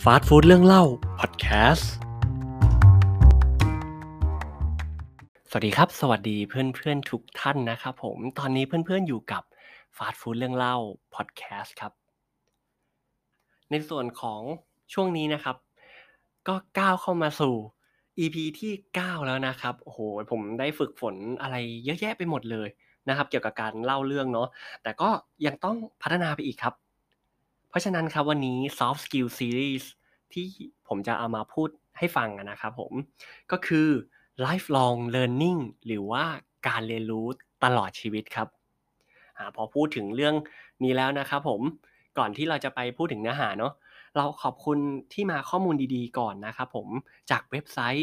ฟาสต์ฟู้ดเรื่องเล่าพอดแคสต์สวัสดีครับสวัสดีเพื่อนๆทุกท่านนะครับผมตอนนี้เพื่อนๆอยู่กับฟาสต์ฟู้ดเรื่องเล่าพอดแคสต์ครับในส่วนของช่วงนี้นะครับก็ก้าวเข้ามาสู่ EP ที่9แล้วนะครับโอ้โฮผมได้ฝึกฝนอะไรเยอะแยะไปหมดเลยนะครับเกี่ยวกับการเล่าเรื่องเนาะแต่ก็ยังต้องพัฒนาไปอีกครับเพราะฉะนั้นครับวันนี้ Soft Skill Series ที่ผมจะเอามาพูดให้ฟังอะนะครับผมก็คือ Lifelong Learning หรือว่าการเรียนรู้ตลอดชีวิตครับพอพูดถึงเรื่องนี้แล้วนะครับผมก่อนที่เราจะไปพูดถึงเนื้อหาเนาะเราขอบคุณที่มาข้อมูลดีๆก่อนนะครับผมจากเว็บไซต์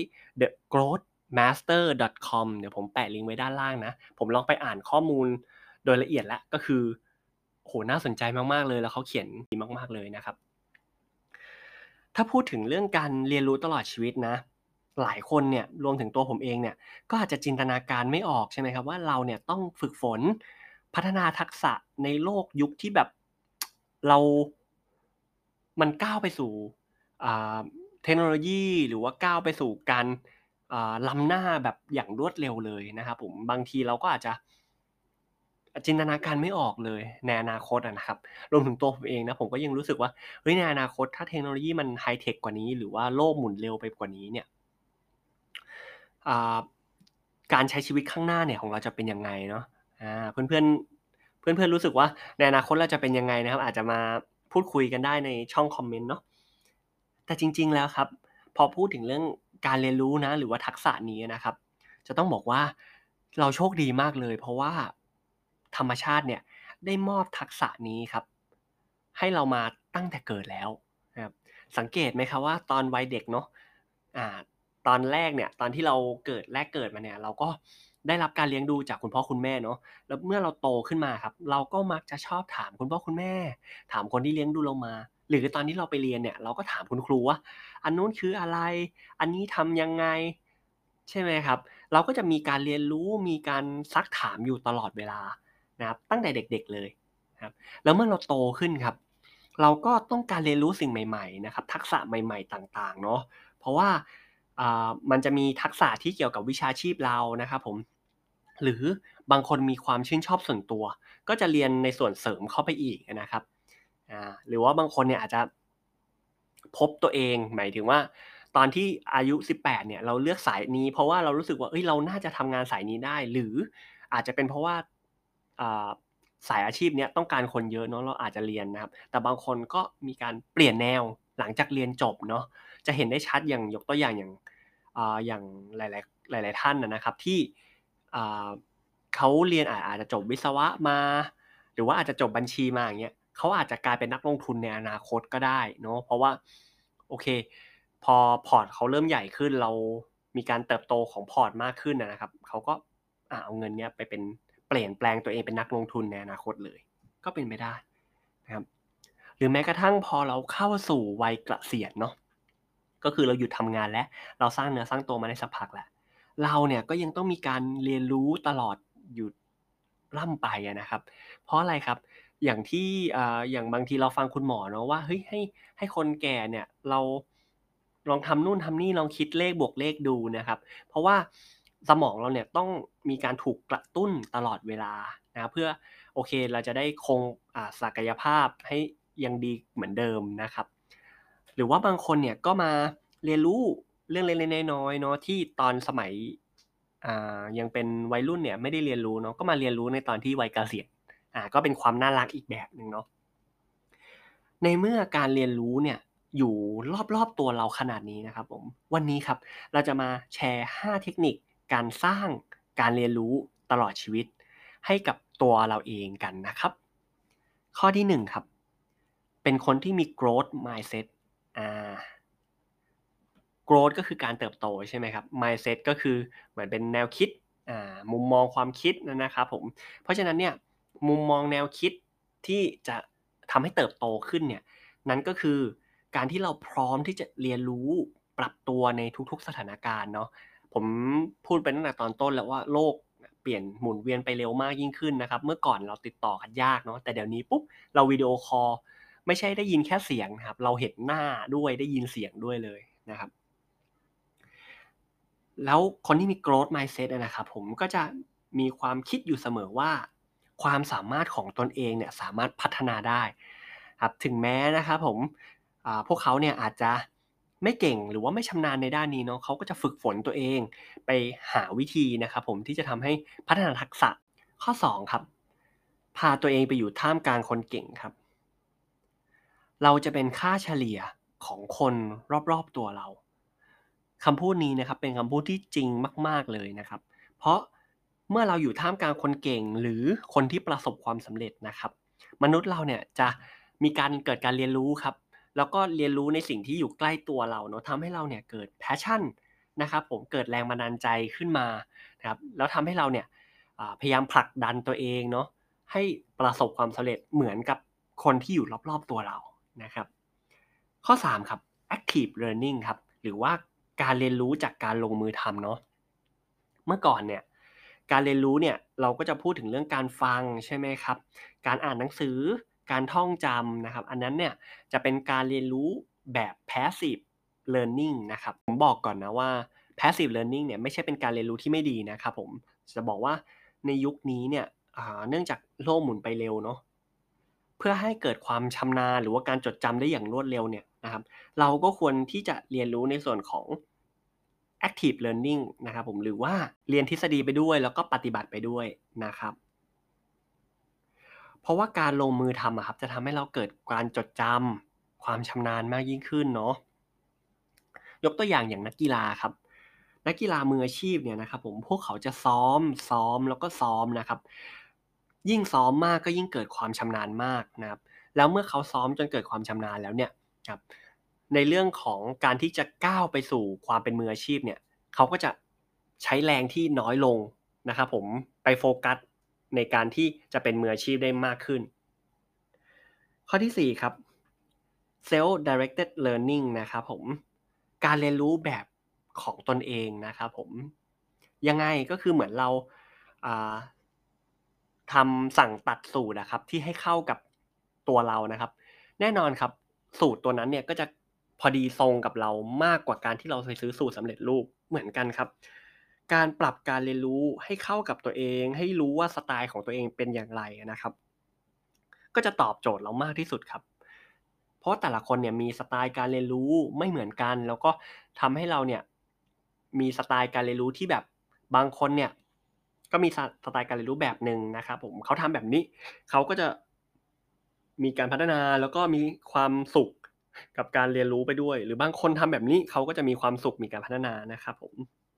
thegrowthmaster.com เดี๋ยวผมแปะลิงก์ไว้ด้านล่างนะผมลองไปอ่านข้อมูลโดยละเอียดแล้วก็คือโอ้โฮน่าสนใจมากๆเลยแล้วเขาเขียนดีมากๆเลยนะครับถ้าพูดถึงเรื่องการเรียนรู้ตลอดชีวิตนะหลายคนเนี่ยรวมถึงตัวผมเองเนี่ยก็อาจจะจินตนาการไม่ออกใช่ไหมครับว่าเราเนี่ยต้องฝึกฝนพัฒนาทักษะในโลกยุคที่แบบเรามันก้าวไปสู่อ่าเทคโนโลยีหรือว่าก้าวไปสู่การล้ำหน้าแบบอย่างรวดเร็วเลยนะครับผมบางทีเราก็อาจจะจินตนาการไม่ออกเลยในอนาคตอะนะครับรวมถึงตัวผมเองนะผมก็ยังรู้สึกว่าเฮ้ยในอนาคตถ้าเทคโนโลยีมันไฮเทคกว่านี้หรือว่าโลกหมุนเร็วไปกว่านี้เนี่ยอ่าการใช้ชีวิตข้างหน้าเนี่ยของเราจะเป็นยังไงเนาะเพื่อนๆเพื่อนๆรู้สึกว่าในอนาคตเราจะเป็นยังไงนะครับอาจจะมาพูดคุยกันได้ในช่องคอมเมนต์เนาะแต่จริงๆแล้วครับพอพูดถึงเรื่องการเรียนรู้นะหรือว่าทักษะนี้นะครับ จะต้องบอกว่าเราโชคดีมากเลยเพราะว่าธรรมชาติเนี่ยได้มอบทักษะนี้ครับให้เรามาตั้งแต่เกิดแล้วนะครับสังเกตไหมครับว่าตอนวัยเด็กเนาะอ่าตอนแรกเนี่ยตอนที่เราเกิดมาเนี่ยเราก็ได้รับการเลี้ยงดูจากคุณพ่อคุณแม่เนาะแล้วเมื่อเราโตขึ้นมาครับเราก็มักจะชอบถามคุณพ่อคุณแม่ถามคนที่เลี้ยงดูเรามาหรือตอนที่เราไปเรียนเนี่ยเราก็ถามคุณครูว่าอันนู้นคืออะไรอันนี้ทำยังไงใช่ไหมครับ เราก็จะมีการเรียนรู้มีการซักถามอยู่ตลอดเวลานะครับตั้งแต่เด็กๆเลยนะครับแล้วเมื่อเราโตขึ้นครับเราก็ต้องการเรียนรู้สิ่งใหม่ๆนะครับทักษะใหม่ๆต่างๆเนาะเพราะว่ามันจะมีทักษะที่เกี่ยวกับวิชาชีพเรานะครับผมหรือบางคนมีความชื่นชอบส่วนตัวก็จะเรียนในส่วนเสริมเข้าไปอีกนะครับหรือว่าบางคนเนี่ยอาจจะพบตัวเองหมายถึงว่า ตอนที่อายุ18เนี่ยเราเลือกสายนี้เพราะว่าเรารู้สึกว่าเฮ้ยเราน่าจะทำงานสายนี้ได้หรืออาจจะเป็นเพราะว่าอ่าสายอาชีพเนี้ยต้องการคนเยอะเนาะเราอาจจะเรียนนะครับแต่บางคนก็มีการเปลี่ยนแนวหลังจากเรียนจบเนาะจะเห็นได้ชัดอย่างยกตัวอย่างอย่างหลายๆท่านอะนะครับที่อ่าเขาเรียนอาจจะจบวิศวะมาหรือว่าอาจจะจบบัญชีมาอย่างเงี้ยเขาอาจจะกลายเป็นนักลงทุนในอนาคตก็ได้เนาะเพราะว่าโอเค พอพอร์ตเขาเริ่มใหญ่ขึ้นเรามีการเติบโตของพอร์ตมากขึ้นอะนะครับเขาก็เอาเงินเนี้ยไปเป็นเปลี่ยนแปลงตัวเองเป็นนักลงทุนในอนาคตเลยก็เป็นไปได้นะครับหรือแม้กระทั่งพอเราเข้าสู่วัยเกษียณเนาะก็คือเราหยุดทำงานแล้วเราสร้างเนื้อสร้างตัวมาได้สักพักแล้วเราเนี่ยก็ยังต้องมีการเรียนรู้ตลอดอยู่ร่ำไปอะนะครับเพราะอะไรครับอย่างที่อย่างบางทีเราฟังคุณหมอเนาะว่าเฮ้ยให้คนแก่เนี่ยเราลองทำนู่นทำนี่ลองคิดเลขบวกเลขดูนะครับเพราะว่าสมองเราเนี่ยต้องมีการถูกกระตุ้นตลอดเวลานะเพื่อโอเคเราจะได้คงศักยภาพให้ยังดีเหมือนเดิมนะครับหรือว่าบางคนเนี่ยก็มาเรียนรู้เรื่องเล็กๆน้อยๆเนาะที่ตอนสมัยยังเป็นวัยรุ่นเนี่ยไม่ได้เรียนรู้เนาะก็มาเรียนรู้ในตอนที่วัยเกษียณก็เป็นความน่ารักอีกแบบหนึ่งเนาะ ในเมื่อการเรียนรู้เนี่ยอยู่รอบๆตัวเราขนาดนี้นะครับผมวันนี้ครับเราจะมาแชร์5เทคนิคการสร้างการเรียนรู้ตลอดชีวิตให้กับตัวเราเองกันนะครับข้อที่1ครับเป็นคนที่มี growth mindset อ่า growth ก็คือการเติบโตใช่ไหมครับ mindset ก็คือเหมือนเป็นแนวคิดมุมมองความคิดนะครับผมเพราะฉะนั้นเนี่ยมุมมองแนวคิดที่จะทำให้เติบโตขึ้นเนี่ยนั้นก็คือการที่เราพร้อมที่จะเรียนรู้ปรับตัวในทุกๆสถานการณ์เนาะผมพูดไปตั้งแต่ตอนต้นแล้วว่าโลกเปลี่ยนหมุนเวียนไปเร็วมากยิ่งขึ้นนะครับเมื่อก่อนเราติดต่อกันยากเนาะแต่เดี๋ยวนี้ปุ๊บเราวิดีโอคอลไม่ใช่ได้ยินแค่เสียงนะครับเราเห็นหน้าด้วยได้ยินเสียงด้วยเลยนะครับแล้วคนที่มี growth mindset อะนะครับผมก็จะมีความคิดอยู่เสมอว่าความสามารถของตนเองเนี่ยสามารถพัฒนาได้ครับถึงแม้นะครับผมพวกเขาเนี่ยอาจจะไม่เก่งหรือว่าไม่ชำนาญในด้านนี้เนาะเขาก็จะฝึกฝนตัวเองไปหาวิธีนะครับผมที่จะทำให้พัฒนาทักษะข้อ2ครับพาตัวเองไปอยู่ท่ามกลางคนเก่งครับ เราจะเป็นค่าเฉลี่ยของคนรอบๆตัวเราคำพูดนี้นะครับเป็นคำพูดที่จริงมากๆเลยนะครับเพราะเมื่อเราอยู่ท่ามกลางคนเก่งหรือคนที่ประสบความสำเร็จนะครับมนุษย์เราเนี่ยจะมีการเกิดการเรียนรู้ครับแล้วก็เรียนรู้ในสิ่งที่อยู่ใกล้ตัวเราเนาะทำให้เราเนี่ยเกิด passion นะครับผมเกิดแรงบันดาลใจขึ้นมานะครับแล้วทำให้เราเนี่ยพยายามผลักดันตัวเองเนาะให้ประสบความสำเร็จเหมือนกับคนที่อยู่รอบๆตัวเรา นะครับข้อ3ครับ active learning ครับหรือว่าการเรียนรู้จากการลงมือทำเนาะเมื่อก่อนเนี่ยการเรียนรู้เนี่ยเราก็จะพูดถึงเรื่องการฟังใช่ไหมครับการอ่านหนังสือการท่องจำนะครับอันนั้นเนี่ยจะเป็นการเรียนรู้แบบ passive learning นะครับผมบอกก่อนนะว่า passive learning เนี่ยไม่ใช่เป็นการเรียนรู้ที่ไม่ดีนะครับผมจะบอกว่าในยุคนี้เนี่ยเนื่องจากโลกหมุนไปเร็วเนาะ เพื่อให้เกิดความชำนาญหรือว่าการจดจำได้อย่างรวดเร็วเนี่ยนะครับเราก็ควรที่จะเรียนรู้ในส่วนของ active learning นะครับผมหรือว่าเรียนทฤษฎีไปด้วยแล้วก็ปฏิบัติไปด้วยนะครับเพราะว่าการลงมือทำอะครับจะทำให้เราเกิดการจดจำความชำนาญมากยิ่งขึ้นเนาะยกตัวอย่างนักกีฬาครับนักกีฬามืออาชีพเนี่ยนะครับผมพวกเขาจะซ้อมแล้วก็ซ้อมนะครับยิ่งซ้อมมากก็ยิ่งเกิดความชำนาญมากนะครับ แล้วเมื่อเขาซ้อมจนเกิดความชำนาญแล้วเนี่ยครับในเรื่องของการที่จะก้าวไปสู่ความเป็นมืออาชีพเนี่ยเขาก็จะใช้แรงที่น้อยลงนะครับผมไปโฟกัสในการที่จะเป็นมืออาชีพได้มากขึ้นข้อที่4ครับ self directed learning นะครับผมการเรียนรู้แบบของตนเองนะครับผมยังไงก็คือเหมือนเราอ่า ทำสั่งตัดสูตรอะครับที่ให้เข้ากับตัวเรานะครับแน่นอนครับสูตรตัวนั้นเนี่ยก็จะพอดีทรงกับเรามากกว่าการที่เราไปซื้อสูตรสำเร็จรูปเหมือนกันครับการปรับการเรียนรู้ให้เข้ากับตัวเองให้รู้ว่าสไตล์ของตัวเองเป็นอย่างไรนะครับก็จะตอบโจทย์เรามากที่สุดครับเพราะแต่ละคนเนี่ยมีสไตล์การเรียนรู้ไม่เหมือนกันแล้วก็ทำให้เราเนี่ยมีสไตล์การเรียนรู้ที่แบบบางคนเนี่ย ก็มีสไตล์การเรียนรู้แบบหนึ่งนะครับผมเขาทำแบบนี้เขาก็จะมีการพัฒนาแล้วก็มีความสุขกับการเรียนรู้ไปด้วยหรือบางคนทำแบบนี้เขาก็จะมีความสุขมีการพัฒนานะครับผม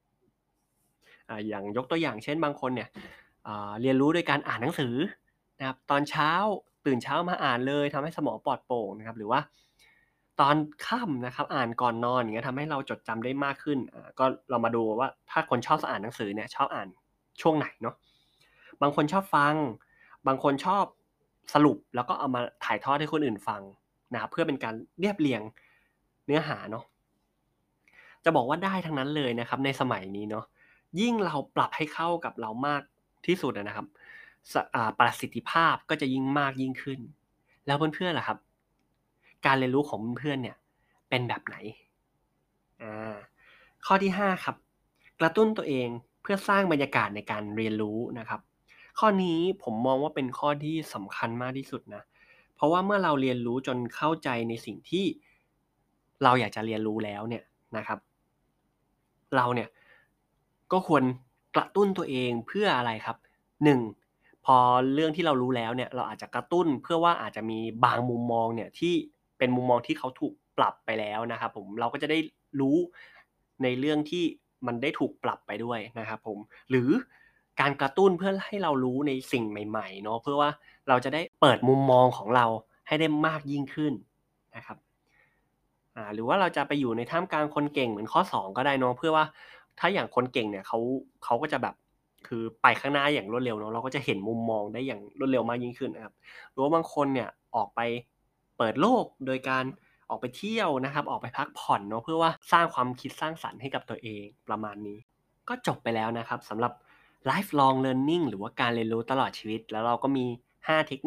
อย่างยกตัวอย่างเช่นบางคนเนี่ยเรียนรู้โดยการอ่านหนังสือนะครับตอนเช้าตื่นเช้ามาอ่านเลยทำให้สมองปลอดโปร่งนะครับหรือว่าตอนค่ำนะครับอ่านก่อนนอนอย่างเงี้ยทำให้เราจดจำได้มากขึ้นก็เรามาดูว่าถ้าคนชอบอ่านหนังสือเนี่ยชอบอ่านช่วงไหนเนาะ บางคนชอบฟัง บางคนชอบสรุปแล้วก็เอามาถ่ายทอดให้คนอื่นฟังนะครับเพื่อเป็นการเรียบเรียงเนื้อหาเนาะจะบอกว่าได้ทั้งนั้นเลยนะครับในสมัยนี้เนาะยิ่งเราปรับให้เข้ากับเรามากที่สุดอะนะครับประสิทธิภาพก็จะยิ่งมากยิ่งขึ้นแล้วเพื่อนๆล่ะครับการเรียนรู้ของเพื่อนๆเนี่ยเป็นแบบไหนอาข้อที่5ครับกระตุ้นตัวเองเพื่อสร้างบรรยากาศในการเรียนรู้นะครับ ข้อนี้ผมมองว่าเป็นข้อที่สำคัญมากที่สุดนะเพราะว่าเมื่อเราเรียนรู้จนเข้าใจในสิ่งที่เราอยากจะเรียนรู้แล้วเนี่ยนะครับเราเนี่ยก็ควรกระตุ้นตัวเองเพื่ออะไรครับ1พอเรื่องที่เรารู้แล้วเนี่ยเราอาจจะกระตุ้นเพื่อว่าอาจจะมีบางมุมมองเนี่ยที่เป็นมุมมองที่เขาถูกปรับไปแล้วนะครับผมเราก็จะได้รู้ในเรื่องที่มันได้ถูกปรับไปด้วยนะครับผม หรือการกระตุ้นเพื่อให้เรารู้ในสิ่งใหม่ๆเนาะเพื่อว่าเราจะได้เปิดมุมมองของเราให้ได้มากยิ่งขึ้นนะครับหรือว่าเราจะไปอยู่ในท่ามกลางคนเก่งเหมือนข้อ2ก็ได้เนาะเพื่อว่าถ้าอย่างคนเก่งเนี่ยเขาก็จะแบบคือไปข้างหน้าอย่างรวดเร็วเนาะเราก็จะเห็นมุมมองได้อย่างรวดเร็วมากยิ่งขึ้นนะครับหรือว่าบางคนเนี่ยออกไปเปิดโลกโดยการออกไปเที่ยวนะครับออกไปพักผ่อนเนาะเพื่อว่าสร้างความคิดสร้างสรรค์ให้กับตัวเองประมาณนี้ ก็จบไปแล้วนะครับสำหรับ lifelong learning หรือว่าการเรียนรู้ตลอดชีวิตแล้วเราก็มี5เทคนิค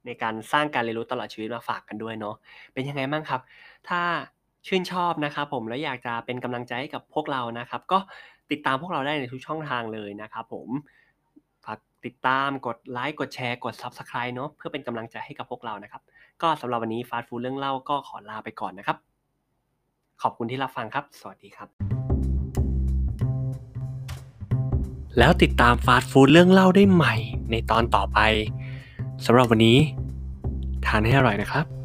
ในการสร้างการเรียนรู้ตลอดชีวิตมาฝากกันด้วยเนาะเป็นยังไงบ้างครับถ้าชื่นชอบนะครับผมแล้วอยากจะเป็นกำลังใจให้กับพวกเรานะครับก็ติดตามพวกเราได้ในทุกช่องทางเลยนะครับผมฝากติดตามกดไลค์กดแชร์กด Subscribe เนาะเพื่อเป็นกำลังใจให้กับพวกเรานะครับก็สำหรับวันนี้ฟาสต์ฟู้ดเรื่องเล่าก็ขอลาไปก่อนนะครับขอบคุณที่รับฟังครับสวัสดีครับแล้วติดตามฟาสต์ฟู้ดเรื่องเล่าได้ใหม่ในตอนต่อไปสำหรับวันนี้ทานให้อร่อยนะครับ